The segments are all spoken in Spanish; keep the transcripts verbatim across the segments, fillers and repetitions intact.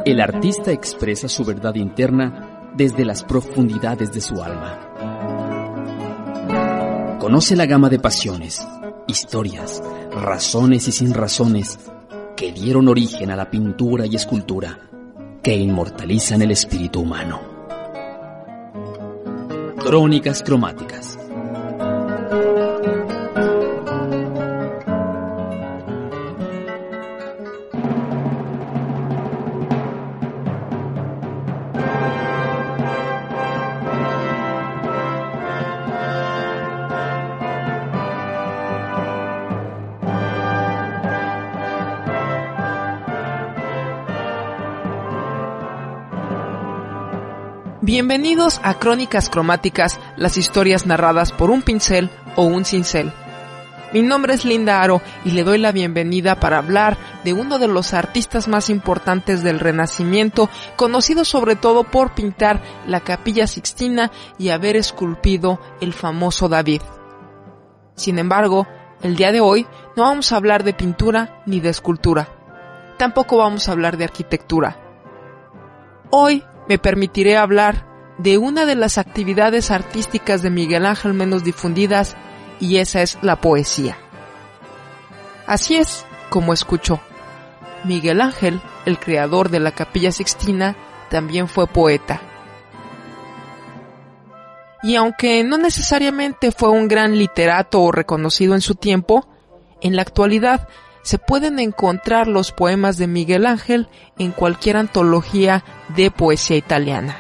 El artista expresa su verdad interna desde las profundidades de su alma. Conoce la gama de pasiones, historias, razones y sin razones que dieron origen a la pintura y escultura que inmortalizan el espíritu humano. Crónicas cromáticas. Bienvenidos a Crónicas Cromáticas, las historias narradas por un pincel o un cincel. Mi nombre es Linda Aro y le doy la bienvenida para hablar de uno de los artistas más importantes del Renacimiento, conocido sobre todo por pintar la Capilla Sixtina y haber esculpido el famoso David. Sin embargo, el día de hoy no vamos a hablar de pintura ni de escultura. Tampoco vamos a hablar de arquitectura. Hoy me permitiré hablar de una de las actividades artísticas de Miguel Ángel menos difundidas, y esa es la poesía. Así es como escuchó. Miguel Ángel, el creador de la Capilla Sixtina, también fue poeta. Y aunque no necesariamente fue un gran literato o reconocido en su tiempo, en la actualidad se pueden encontrar los poemas de Miguel Ángel en cualquier antología de poesía italiana.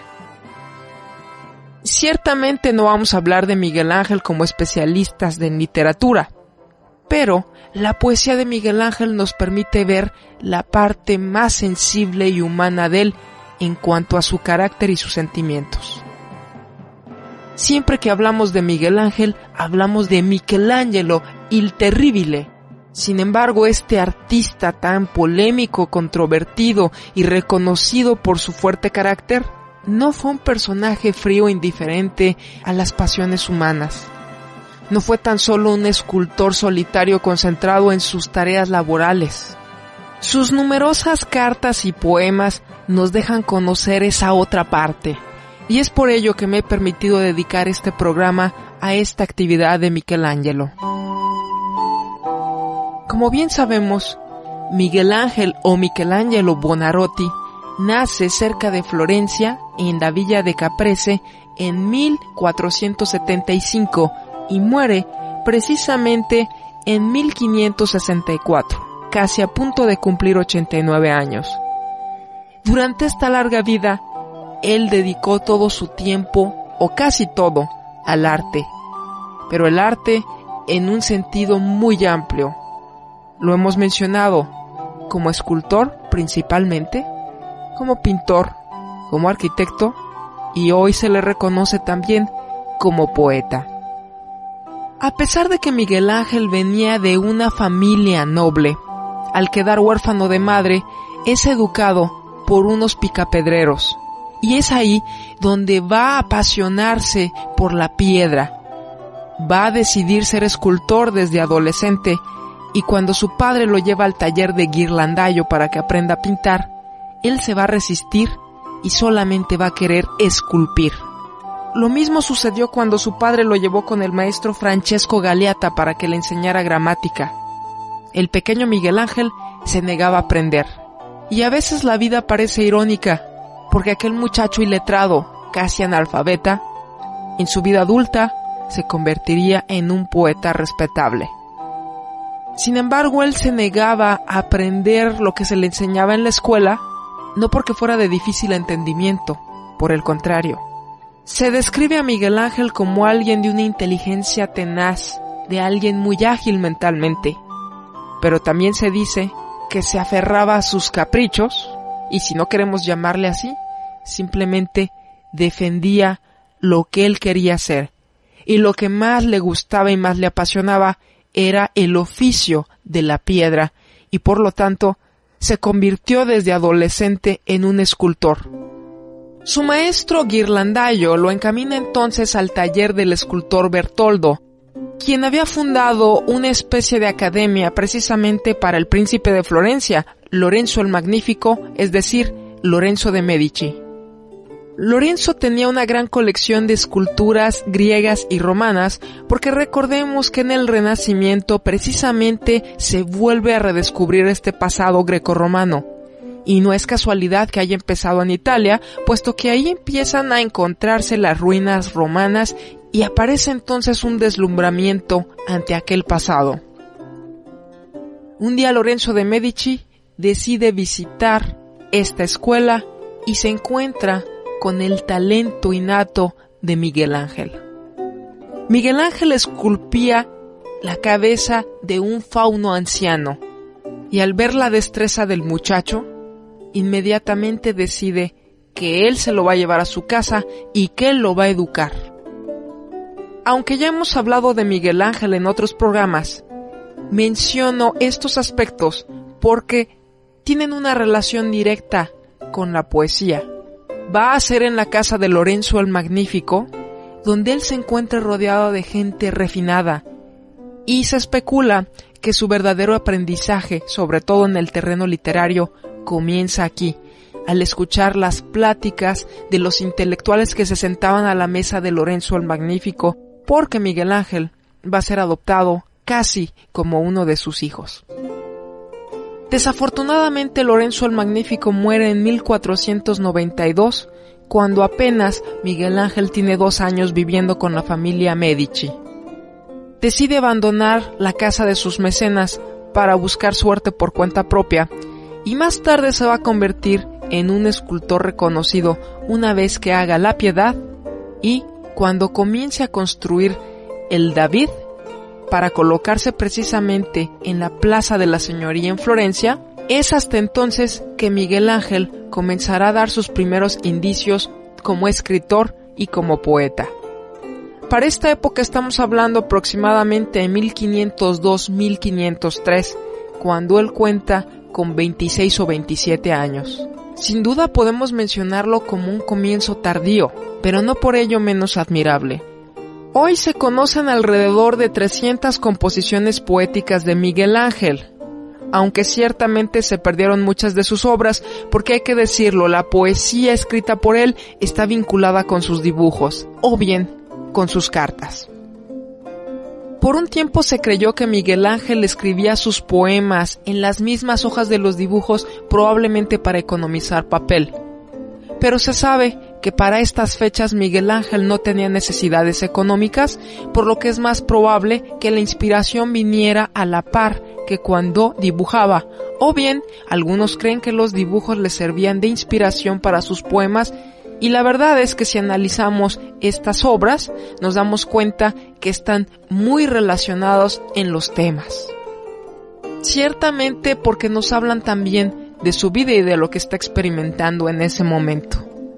Ciertamente no vamos a hablar de Miguel Ángel como especialistas en literatura, pero la poesía de Miguel Ángel nos permite ver la parte más sensible y humana de él en cuanto a su carácter y sus sentimientos. Siempre que hablamos de Miguel Ángel, hablamos de Michelangelo, il Terribile. Sin embargo, este artista tan polémico, controvertido y reconocido por su fuerte carácter, no fue un personaje frío e indiferente a las pasiones humanas. No fue tan solo un escultor solitario concentrado en sus tareas laborales. Sus numerosas cartas y poemas nos dejan conocer esa otra parte, y es por ello que me he permitido dedicar este programa a esta actividad de Michelangelo. Como bien sabemos, Miguel Ángel o Michelangelo Buonarroti nace cerca de Florencia, en la villa de Caprese, en mil cuatrocientos setenta y cinco y muere precisamente en mil quinientos sesenta y cuatro, casi a punto de cumplir ochenta y nueve años. Durante esta larga vida, él dedicó todo su tiempo, o casi todo, al arte, pero el arte en un sentido muy amplio. Lo hemos mencionado como escultor principalmente, como pintor, como arquitecto, y hoy se le reconoce también como poeta. A pesar de que Miguel Ángel venía de una familia noble, al quedar huérfano de madre, es educado por unos picapedreros, y es ahí donde va a apasionarse por la piedra. Va a decidir ser escultor desde adolescente, y cuando su padre lo lleva al taller de Ghirlandaio para que aprenda a pintar, él se va a resistir y solamente va a querer esculpir. Lo mismo sucedió cuando su padre lo llevó con el maestro Francesco Galeata para que le enseñara gramática. El pequeño Miguel Ángel se negaba a aprender. Y a veces la vida parece irónica, porque aquel muchacho iletrado, casi analfabeta, en su vida adulta se convertiría en un poeta respetable. Sin embargo, él se negaba a aprender lo que se le enseñaba en la escuela, no porque fuera de difícil entendimiento, por el contrario. Se describe a Miguel Ángel como alguien de una inteligencia tenaz, de alguien muy ágil mentalmente, pero también se dice que se aferraba a sus caprichos, y si no queremos llamarle así, simplemente defendía lo que él quería hacer, y lo que más le gustaba y más le apasionaba era el oficio de la piedra, y por lo tanto se convirtió desde adolescente en un escultor. Su maestro Ghirlandaio lo encamina entonces al taller del escultor Bertoldo, quien había fundado una especie de academia precisamente para el príncipe de Florencia, Lorenzo el Magnífico, es decir, Lorenzo de Medici. Lorenzo tenía una gran colección de esculturas griegas y romanas, porque recordemos que en el Renacimiento precisamente se vuelve a redescubrir este pasado grecorromano. Y no es casualidad que haya empezado en Italia, puesto que ahí empiezan a encontrarse las ruinas romanas y aparece entonces un deslumbramiento ante aquel pasado. Un día Lorenzo de Medici decide visitar esta escuela y se encuentra con el talento innato de Miguel Ángel. Miguel Ángel esculpía la cabeza de un fauno anciano y al ver la destreza del muchacho, inmediatamente decide que él se lo va a llevar a su casa y que él lo va a educar. Aunque ya hemos hablado de Miguel Ángel en otros programas, menciono estos aspectos porque tienen una relación directa con la poesía. Va a ser en la casa de Lorenzo el Magnífico, donde él se encuentra rodeado de gente refinada, y se especula que su verdadero aprendizaje, sobre todo en el terreno literario, comienza aquí, al escuchar las pláticas de los intelectuales que se sentaban a la mesa de Lorenzo el Magnífico, porque Miguel Ángel va a ser adoptado casi como uno de sus hijos. Desafortunadamente, Lorenzo el Magnífico muere en mil cuatrocientos noventa y dos, cuando apenas Miguel Ángel tiene dos años viviendo con la familia Medici. Decide abandonar la casa de sus mecenas para buscar suerte por cuenta propia, y más tarde se va a convertir en un escultor reconocido una vez que haga La Piedad y cuando comience a construir el David, para colocarse precisamente en la Plaza de la Señoría en Florencia. Es hasta entonces que Miguel Ángel comenzará a dar sus primeros indicios como escritor y como poeta. Para esta época estamos hablando aproximadamente de mil quinientos dos a mil quinientos tres, cuando él cuenta con veintiséis o veintisiete años. Sin duda podemos mencionarlo como un comienzo tardío, pero no por ello menos admirable. Hoy se conocen alrededor de trescientas composiciones poéticas de Miguel Ángel, aunque ciertamente se perdieron muchas de sus obras, porque hay que decirlo, la poesía escrita por él está vinculada con sus dibujos, o bien con sus cartas. Por un tiempo se creyó que Miguel Ángel escribía sus poemas en las mismas hojas de los dibujos, probablemente para economizar papel. Pero se sabe que para estas fechas Miguel Ángel no tenía necesidades económicas, por lo que es más probable que la inspiración viniera a la par que cuando dibujaba, o bien algunos creen que los dibujos le servían de inspiración para sus poemas, y la verdad es que si analizamos estas obras nos damos cuenta que están muy relacionados en los temas. Ciertamente porque nos hablan también de su vida y de lo que está experimentando en ese momento.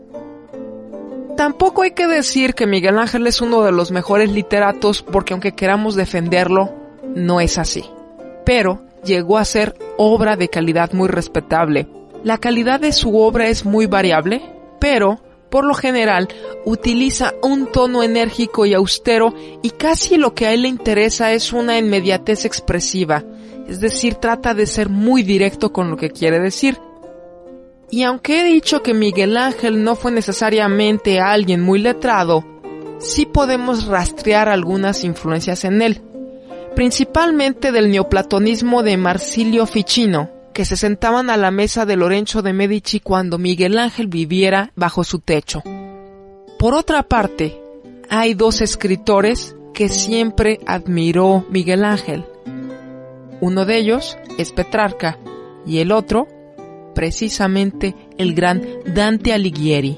Tampoco hay que decir que Miguel Ángel es uno de los mejores literatos, porque aunque queramos defenderlo, no es así. Pero llegó a ser obra de calidad muy respetable. La calidad de su obra es muy variable, pero por lo general utiliza un tono enérgico y austero, y casi lo que a él le interesa es una inmediatez expresiva, es decir, trata de ser muy directo con lo que quiere decir. Y aunque he dicho que Miguel Ángel no fue necesariamente alguien muy letrado, sí podemos rastrear algunas influencias en él, principalmente del neoplatonismo de Marsilio Ficino, que se sentaban a la mesa de Lorenzo de Medici cuando Miguel Ángel viviera bajo su techo. Por otra parte, hay dos escritores que siempre admiró Miguel Ángel. Uno de ellos es Petrarca y el otro, precisamente, el gran Dante Alighieri.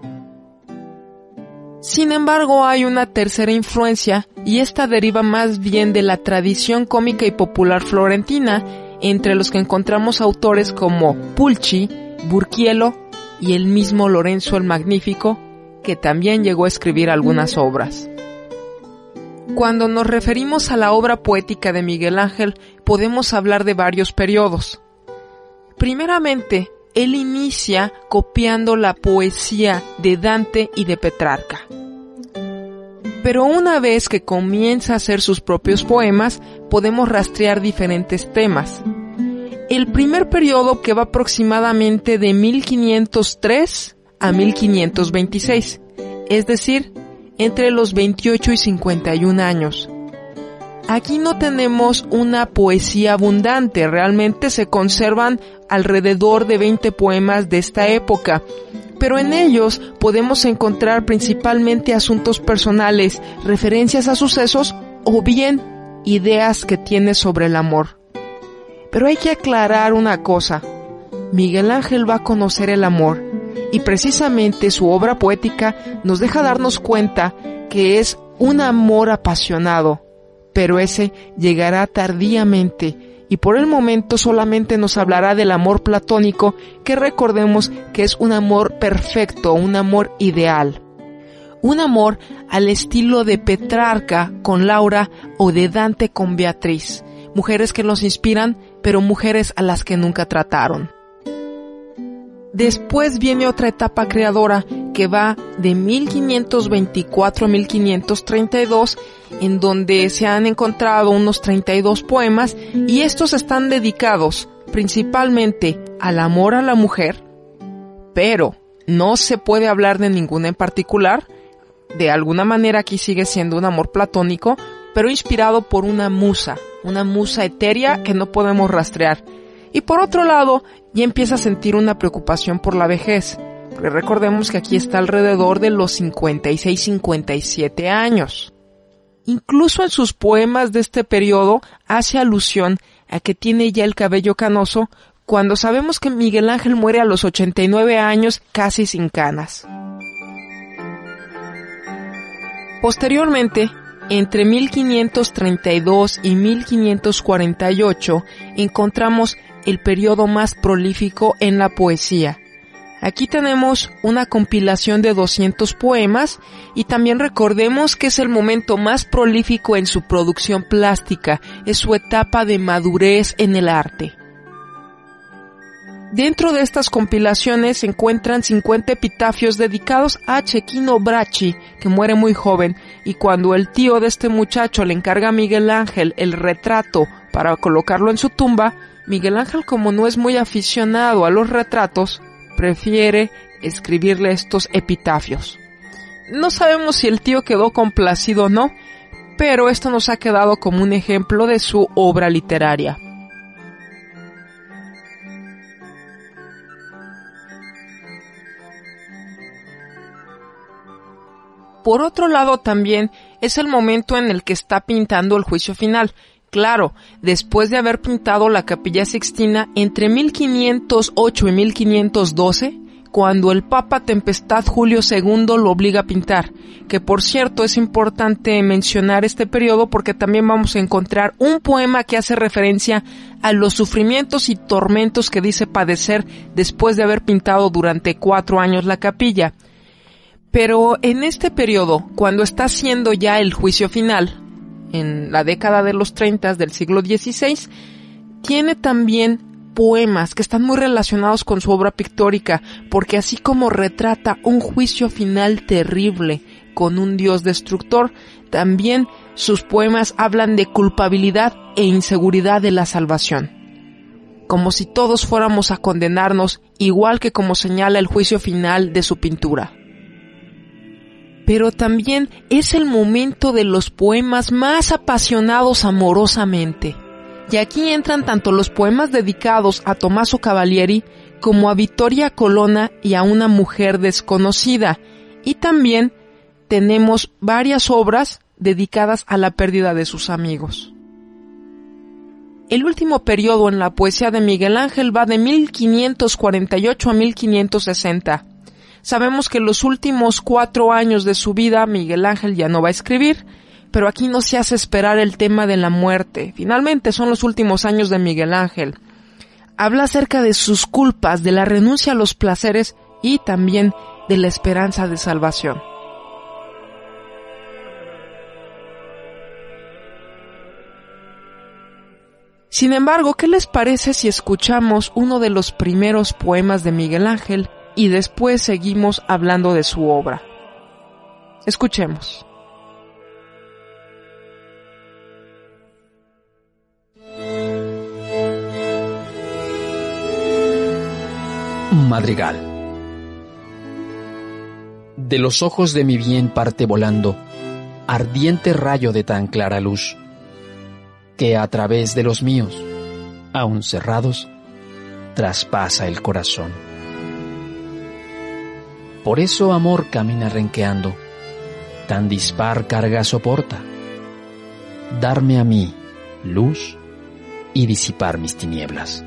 Sin embargo, hay una tercera influencia, y esta deriva más bien de la tradición cómica y popular florentina, entre los que encontramos autores como Pulci, Burchiello y el mismo Lorenzo el Magnífico, que también llegó a escribir algunas obras. Cuando nos referimos a la obra poética de Miguel Ángel, podemos hablar de varios periodos. Primeramente, él inicia copiando la poesía de Dante y de Petrarca. Pero una vez que comienza a hacer sus propios poemas, podemos rastrear diferentes temas. el primer periodo que va aproximadamente de mil quinientos tres a mil quinientos veintiséis, es decir, entre los veintiocho y cincuenta y un años. Aquí no tenemos una poesía abundante, realmente se conservan alrededor de veinte poemas de esta época, pero en ellos podemos encontrar principalmente asuntos personales, referencias a sucesos o bien ideas que tiene sobre el amor. Pero hay que aclarar una cosa, Miguel Ángel va a conocer el amor y precisamente su obra poética nos deja darnos cuenta que es un amor apasionado, pero ese llegará tardíamente y por el momento solamente nos hablará del amor platónico, que recordemos que es un amor perfecto, un amor ideal. Un amor al estilo de Petrarca con Laura o de Dante con Beatriz, mujeres que nos inspiran, pero mujeres a las que nunca trataron. Después viene otra etapa creadora que va de mil quinientos veinticuatro a mil quinientos treinta y dos, en donde se han encontrado unos treinta y dos poemas, y estos están dedicados principalmente al amor a la mujer, pero no se puede hablar de ninguna en particular. De alguna manera aquí sigue siendo un amor platónico, pero inspirado por una musa, una musa etérea que no podemos rastrear. Y por otro lado, ya empieza a sentir una preocupación por la vejez, porque recordemos que aquí está alrededor de los cincuenta y seis a cincuenta y siete años. Incluso en sus poemas de este periodo hace alusión a que tiene ya el cabello canoso, cuando sabemos que Miguel Ángel muere a los ochenta y nueve años casi sin canas. Posteriormente, entre mil quinientos treinta y dos y mil quinientos cuarenta y ocho encontramos el periodo más prolífico en la poesía. Aquí tenemos una compilación de doscientos poemas y también recordemos que es el momento más prolífico en su producción plástica, es su etapa de madurez en el arte. Dentro de estas compilaciones se encuentran cincuenta epitafios dedicados a Cecchino Bracci, que muere muy joven, y cuando el tío de este muchacho le encarga a Miguel Ángel el retrato para colocarlo en su tumba, Miguel Ángel, como no es muy aficionado a los retratos, prefiere escribirle estos epitafios. No sabemos si el tío quedó complacido o no, pero esto nos ha quedado como un ejemplo de su obra literaria. Por otro lado, también es el momento en el que está pintando el Juicio Final. Claro, después de haber pintado la Capilla Sixtina entre mil quinientos ocho y mil quinientos doce, cuando el Papa Tempestad Julio segundo lo obliga a pintar, que por cierto es importante mencionar este periodo porque también vamos a encontrar un poema que hace referencia a los sufrimientos y tormentos que dice padecer después de haber pintado durante cuatro años la capilla. Pero en este periodo, cuando está haciendo ya el Juicio Final, en la década de los treinta del siglo dieciséis, tiene también poemas que están muy relacionados con su obra pictórica, porque así como retrata un juicio final terrible con un dios destructor, también sus poemas hablan de culpabilidad e inseguridad de la salvación, como si todos fuéramos a condenarnos, igual que como señala el juicio final de su pintura. Pero también es el momento de los poemas más apasionados amorosamente. Y aquí entran tanto los poemas dedicados a Tommaso Cavalieri como a Vittoria Colonna y a una mujer desconocida. Y también tenemos varias obras dedicadas a la pérdida de sus amigos. El último periodo en la poesía de Miguel Ángel va de mil quinientos cuarenta y ocho a mil quinientos sesenta. Sabemos que en los últimos cuatro años de su vida Miguel Ángel ya no va a escribir, pero aquí no se hace esperar el tema de la muerte. Finalmente son los últimos años de Miguel Ángel. Habla acerca de sus culpas, de la renuncia a los placeres y también de la esperanza de salvación. Sin embargo, ¿qué les parece si escuchamos uno de los primeros poemas de Miguel Ángel y después seguimos hablando de su obra? Escuchemos. Madrigal. De los ojos de mi bien parte volando ardiente rayo de tan clara luz, que a través de los míos, aún cerrados, traspasa el corazón. Por eso amor camina renqueando, tan dispar carga soporta, darme a mí luz y disipar mis tinieblas.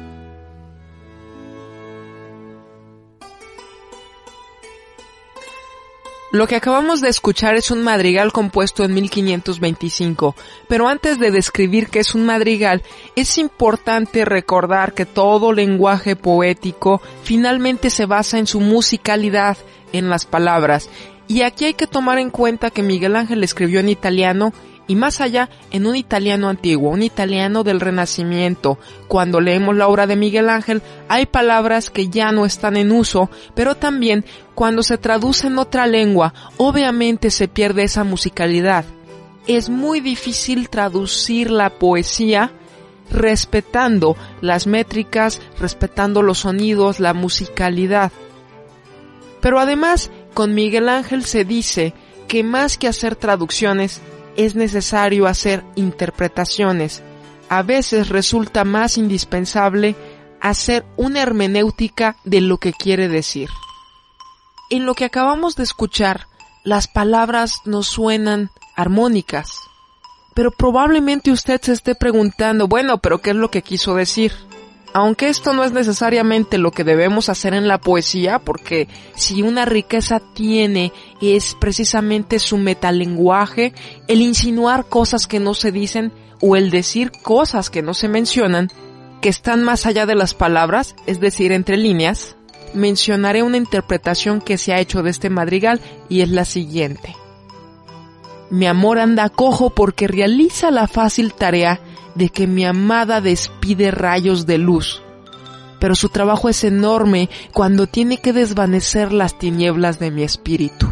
Lo que acabamos de escuchar es un madrigal compuesto en mil quinientos veinticinco, pero antes de describir qué es un madrigal, es importante recordar que todo lenguaje poético finalmente se basa en su musicalidad, en las palabras, y aquí hay que tomar en cuenta que Miguel Ángel escribió en italiano, y más allá, en un italiano antiguo, un italiano del Renacimiento. Cuando leemos la obra de Miguel Ángel, hay palabras que ya no están en uso, pero también cuando se traduce en otra lengua, obviamente se pierde esa musicalidad. Es muy difícil traducir la poesía respetando las métricas, respetando los sonidos, la musicalidad. Pero además, con Miguel Ángel se dice que más que hacer traducciones, es necesario hacer interpretaciones. A veces resulta más indispensable hacer una hermenéutica de lo que quiere decir. En lo que acabamos de escuchar, las palabras nos suenan armónicas, pero probablemente usted se esté preguntando, bueno, ¿pero qué es lo que quiso decir? Aunque esto no es necesariamente lo que debemos hacer en la poesía, porque si una riqueza tiene es precisamente su metalenguaje, el insinuar cosas que no se dicen o el decir cosas que no se mencionan, que están más allá de las palabras, es decir, entre líneas, mencionaré una interpretación que se ha hecho de este madrigal y es la siguiente. Mi amor anda cojo porque realiza la fácil tarea de que mi amada despide rayos de luz, pero su trabajo es enorme cuando tiene que desvanecer las tinieblas de mi espíritu.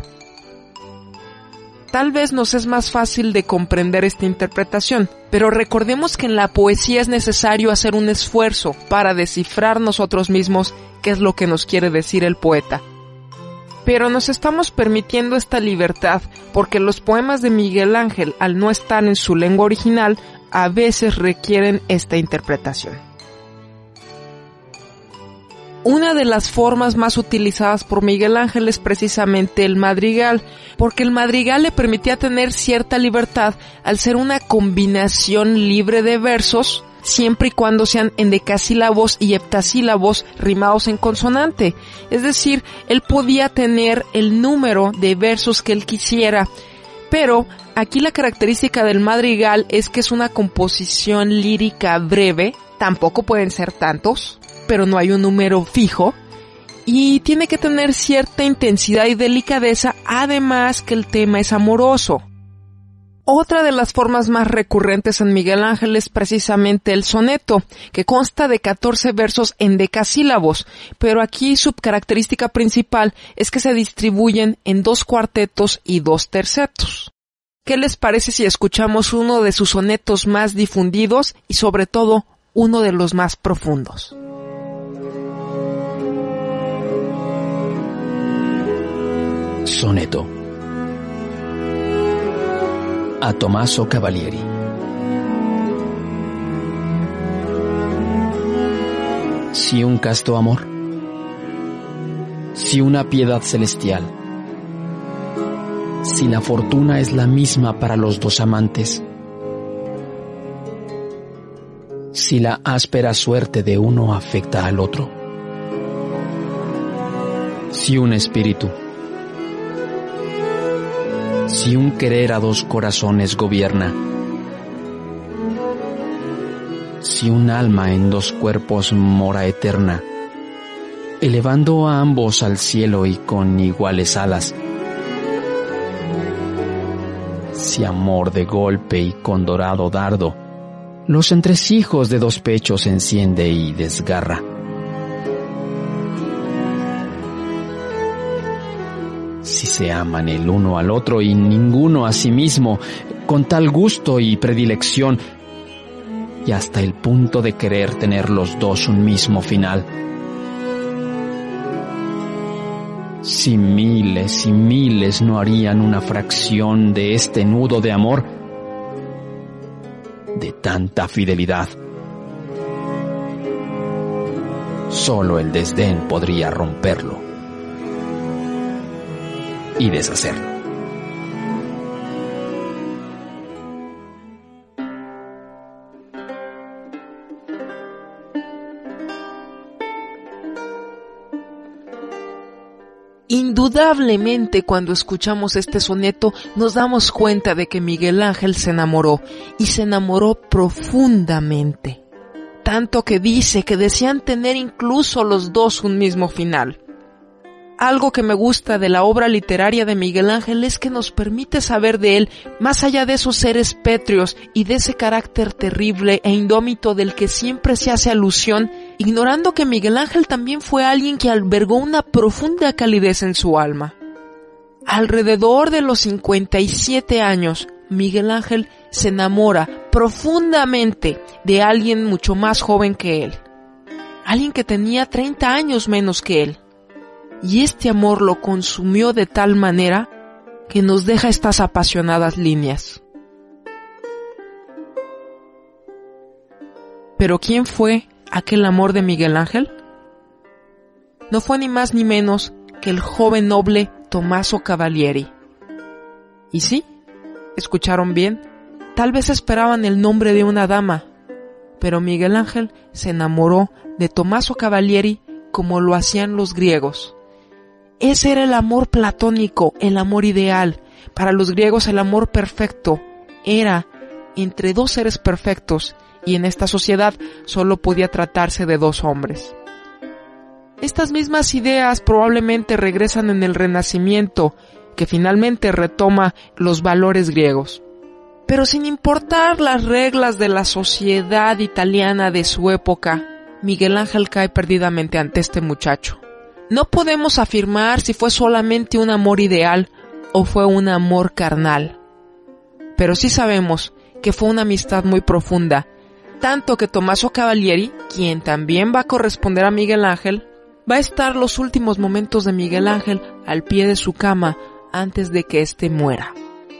Tal vez nos es más fácil de comprender esta interpretación, pero recordemos que en la poesía es necesario hacer un esfuerzo para descifrar nosotros mismos qué es lo que nos quiere decir el poeta. Pero nos estamos permitiendo esta libertad porque los poemas de Miguel Ángel, al no estar en su lengua original, a veces requieren esta interpretación. Una de las formas más utilizadas por Miguel Ángel es precisamente el madrigal, porque el madrigal le permitía tener cierta libertad al ser una combinación libre de versos, siempre y cuando sean endecasílabos y heptasílabos rimados en consonante. Es decir, él podía tener el número de versos que él quisiera, pero aquí la característica del madrigal es que es una composición lírica breve, tampoco pueden ser tantos, pero no hay un número fijo, y tiene que tener cierta intensidad y delicadeza, además que el tema es amoroso. Otra de las formas más recurrentes en Miguel Ángel es precisamente el soneto, que consta de catorce versos endecasílabos, pero aquí su característica principal es que se distribuyen en dos cuartetos y dos tercetos. ¿Qué les parece si escuchamos uno de sus sonetos más difundidos y sobre todo uno de los más profundos? Soneto a Tommaso Cavalieri. Si un casto amor, si una piedad celestial, si la fortuna es la misma para los dos amantes, si la áspera suerte de uno afecta al otro, si un espíritu, si un querer a dos corazones gobierna, si un alma en dos cuerpos mora eterna, elevando a ambos al cielo y con iguales alas, si amor de golpe y con dorado dardo, los entresijos de dos pechos enciende y desgarra, si se aman el uno al otro y ninguno a sí mismo, con tal gusto y predilección, y hasta el punto de querer tener los dos un mismo final. Si miles y miles no harían una fracción de este nudo de amor, de tanta fidelidad, solo el desdén podría romperlo y deshacerlo. Indudablemente, cuando escuchamos este soneto, nos damos cuenta de que Miguel Ángel se enamoró, y se enamoró profundamente. Tanto que dice que desean tener incluso los dos un mismo final. Algo que me gusta de la obra literaria de Miguel Ángel es que nos permite saber de él más allá de esos seres pétreos y de ese carácter terrible e indómito del que siempre se hace alusión, ignorando que Miguel Ángel también fue alguien que albergó una profunda calidez en su alma. Alrededor de los cincuenta y siete años, Miguel Ángel se enamora profundamente de alguien mucho más joven que él, alguien que tenía treinta años menos que él. Y este amor lo consumió de tal manera que nos deja estas apasionadas líneas. ¿Pero quién fue aquel amor de Miguel Ángel? No fue ni más ni menos que el joven noble Tommaso Cavalieri. ¿Y sí? ¿Escucharon bien? Tal vez esperaban el nombre de una dama, pero Miguel Ángel se enamoró de Tommaso Cavalieri como lo hacían los griegos. Ese era el amor platónico, el amor ideal. Para los griegos el amor perfecto era entre dos seres perfectos, y en esta sociedad solo podía tratarse de dos hombres. Estas mismas ideas probablemente regresan en el Renacimiento, que finalmente retoma los valores griegos. Pero sin importar las reglas de la sociedad italiana de su época, Miguel Ángel cae perdidamente ante este muchacho. No podemos afirmar si fue solamente un amor ideal o fue un amor carnal, pero sí sabemos que fue una amistad muy profunda, tanto que Tommaso Cavalieri, quien también va a corresponder a Miguel Ángel, va a estar los últimos momentos de Miguel Ángel al pie de su cama antes de que éste muera.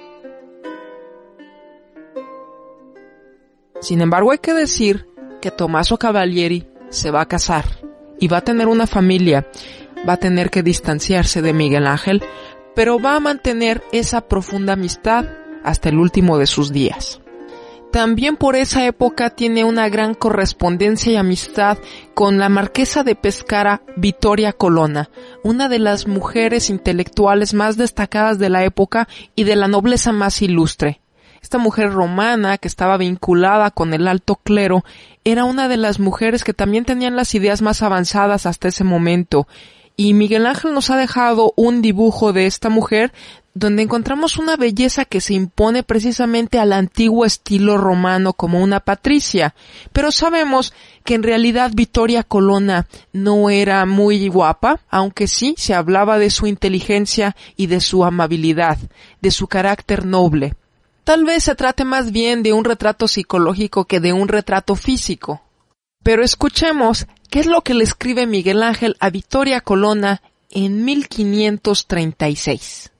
Sin embargo, hay que decir que Tommaso Cavalieri se va a casar y va a tener una familia, va a tener que distanciarse de Miguel Ángel, pero va a mantener esa profunda amistad hasta el último de sus días. También por esa época tiene una gran correspondencia y amistad con la marquesa de Pescara, Vittoria Colonna, una de las mujeres intelectuales más destacadas de la época y de la nobleza más ilustre. Esta mujer romana, que estaba vinculada con el alto clero, era una de las mujeres que también tenían las ideas más avanzadas hasta ese momento. Y Miguel Ángel nos ha dejado un dibujo de esta mujer donde encontramos una belleza que se impone precisamente al antiguo estilo romano como una patricia. Pero sabemos que en realidad Vittoria Colonna no era muy guapa, aunque sí se hablaba de su inteligencia y de su amabilidad, de su carácter noble. Tal vez se trate más bien de un retrato psicológico que de un retrato físico. Pero escuchemos qué es lo que le escribe Miguel Ángel a Vittoria Colonna en mil quinientos treinta y seis.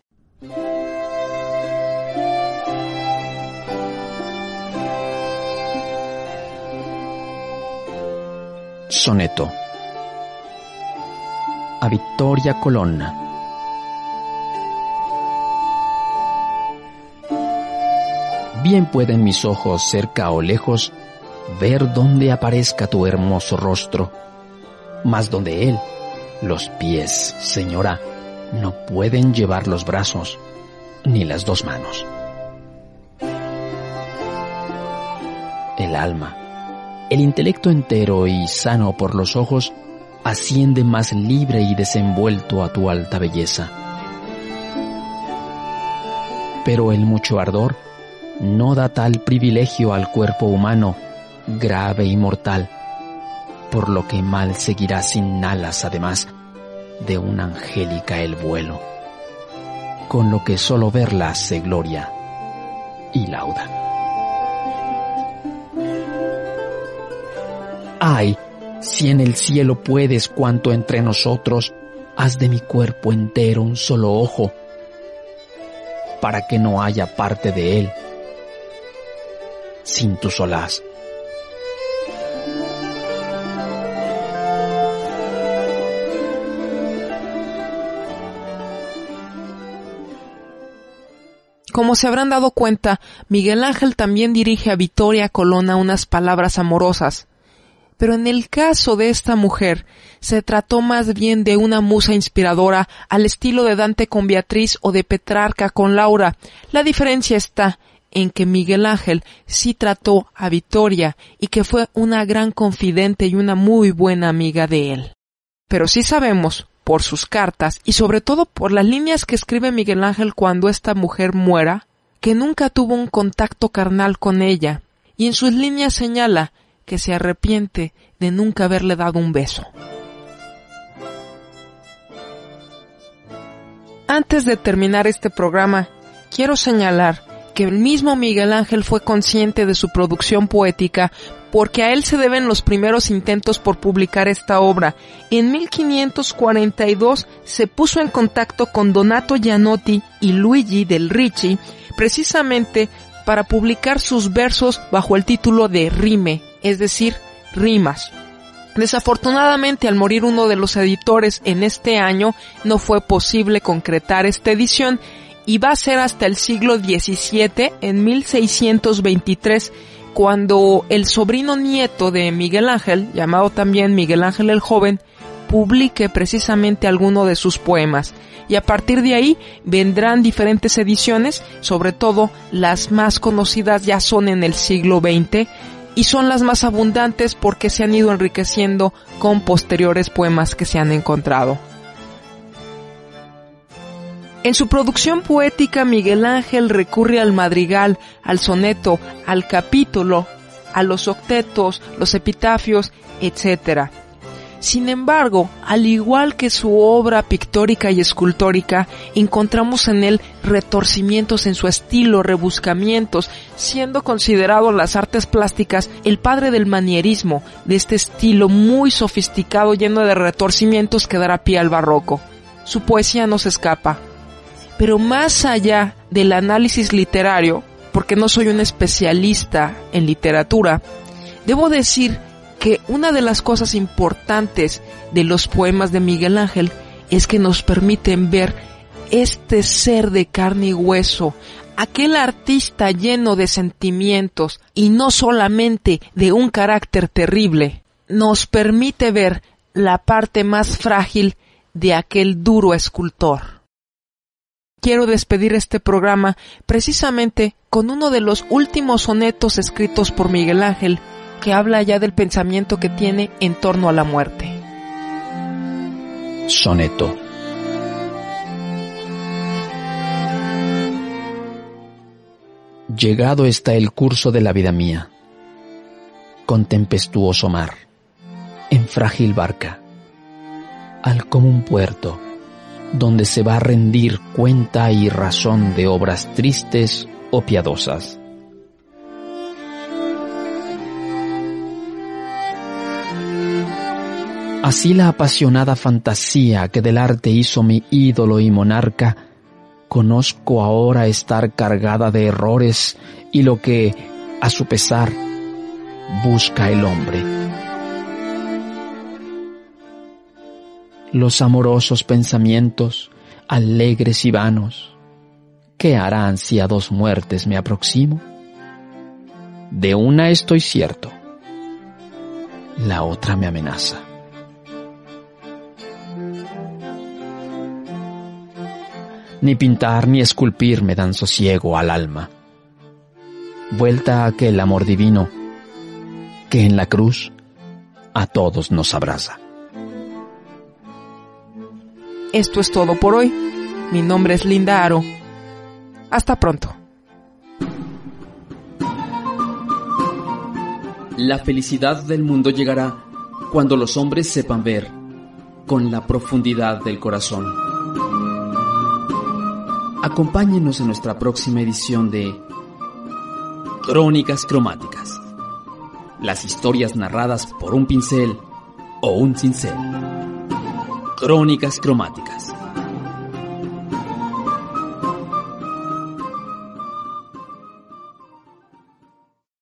Soneto a Vittoria Colonna. Bien pueden mis ojos, cerca o lejos, ver dónde aparezca tu hermoso rostro, mas donde él, los pies, señora, no pueden llevar los brazos, ni las dos manos. El alma, el intelecto entero y sano por los ojos, asciende más libre y desenvuelto a tu alta belleza. Pero el mucho ardor no da tal privilegio al cuerpo humano, grave y mortal, por lo que mal seguirá sin alas además de una angélica el vuelo, con lo que solo verla se gloria y lauda. Ay, si en el cielo puedes cuanto entre nosotros haz de mi cuerpo entero un solo ojo, para que no haya parte de él sin tu solaz. Como se habrán dado cuenta, Miguel Ángel también dirige a Vittoria Colonna unas palabras amorosas. Pero en el caso de esta mujer, se trató más bien de una musa inspiradora al estilo de Dante con Beatriz o de Petrarca con Laura. La diferencia está en que Miguel Ángel sí trató a Vittoria y que fue una gran confidente y una muy buena amiga de él. Pero sí sabemos, por sus cartas y sobre todo por las líneas que escribe Miguel Ángel cuando esta mujer muera, que nunca tuvo un contacto carnal con ella, y en sus líneas señala que se arrepiente de nunca haberle dado un beso. Antes de terminar este programa, quiero señalar que el mismo Miguel Ángel fue consciente de su producción poética porque a él se deben los primeros intentos por publicar esta obra. En mil quinientos cuarenta y dos se puso en contacto con Donato Gianotti y Luigi del Ricci precisamente para publicar sus versos bajo el título de Rime, es decir, rimas. Desafortunadamente, al morir uno de los editores en este año, no fue posible concretar esta edición y va a ser hasta el siglo diecisiete, en mil seiscientos veintitrés, cuando el sobrino nieto de Miguel Ángel, llamado también Miguel Ángel el Joven, publique precisamente alguno de sus poemas. Y a partir de ahí vendrán diferentes ediciones, sobre todo las más conocidas ya son en el siglo veinte, y son las más abundantes porque se han ido enriqueciendo con posteriores poemas que se han encontrado. En su producción poética, Miguel Ángel recurre al madrigal, al soneto, al capítulo, a los octetos, los epitafios, etcétera. Sin embargo, al igual que su obra pictórica y escultórica, encontramos en él retorcimientos en su estilo, rebuscamientos, siendo considerado las artes plásticas el padre del manierismo, de este estilo muy sofisticado lleno de retorcimientos que dará pie al barroco. Su poesía no se escapa. Pero más allá del análisis literario, porque no soy un especialista en literatura, debo decir que una de las cosas importantes de los poemas de Miguel Ángel es que nos permiten ver este ser de carne y hueso, aquel artista lleno de sentimientos y no solamente de un carácter terrible, nos permite ver la parte más frágil de aquel duro escultor. Quiero despedir este programa precisamente con uno de los últimos sonetos escritos por Miguel Ángel, que habla ya del pensamiento que tiene en torno a la muerte. Soneto. Llegado está el curso de la vida mía, con tempestuoso mar, en frágil barca, al común puerto, donde se va a rendir cuenta y razón de obras tristes o piadosas. Así la apasionada fantasía que del arte hizo mi ídolo y monarca, conozco ahora estar cargada de errores y lo que, a su pesar, busca el hombre. Los amorosos pensamientos, alegres y vanos, ¿qué harán si a dos muertes me aproximo? De una estoy cierto, la otra me amenaza. Ni pintar ni esculpir me dan sosiego al alma. Vuelta a aquel amor divino que en la cruz a todos nos abraza. Esto es todo por hoy. Mi nombre es Linda Aro. Hasta pronto. La felicidad del mundo llegará cuando los hombres sepan ver con la profundidad del corazón. Acompáñenos en nuestra próxima edición de Crónicas Cromáticas. Las historias narradas por un pincel o un cincel. Crónicas Cromáticas.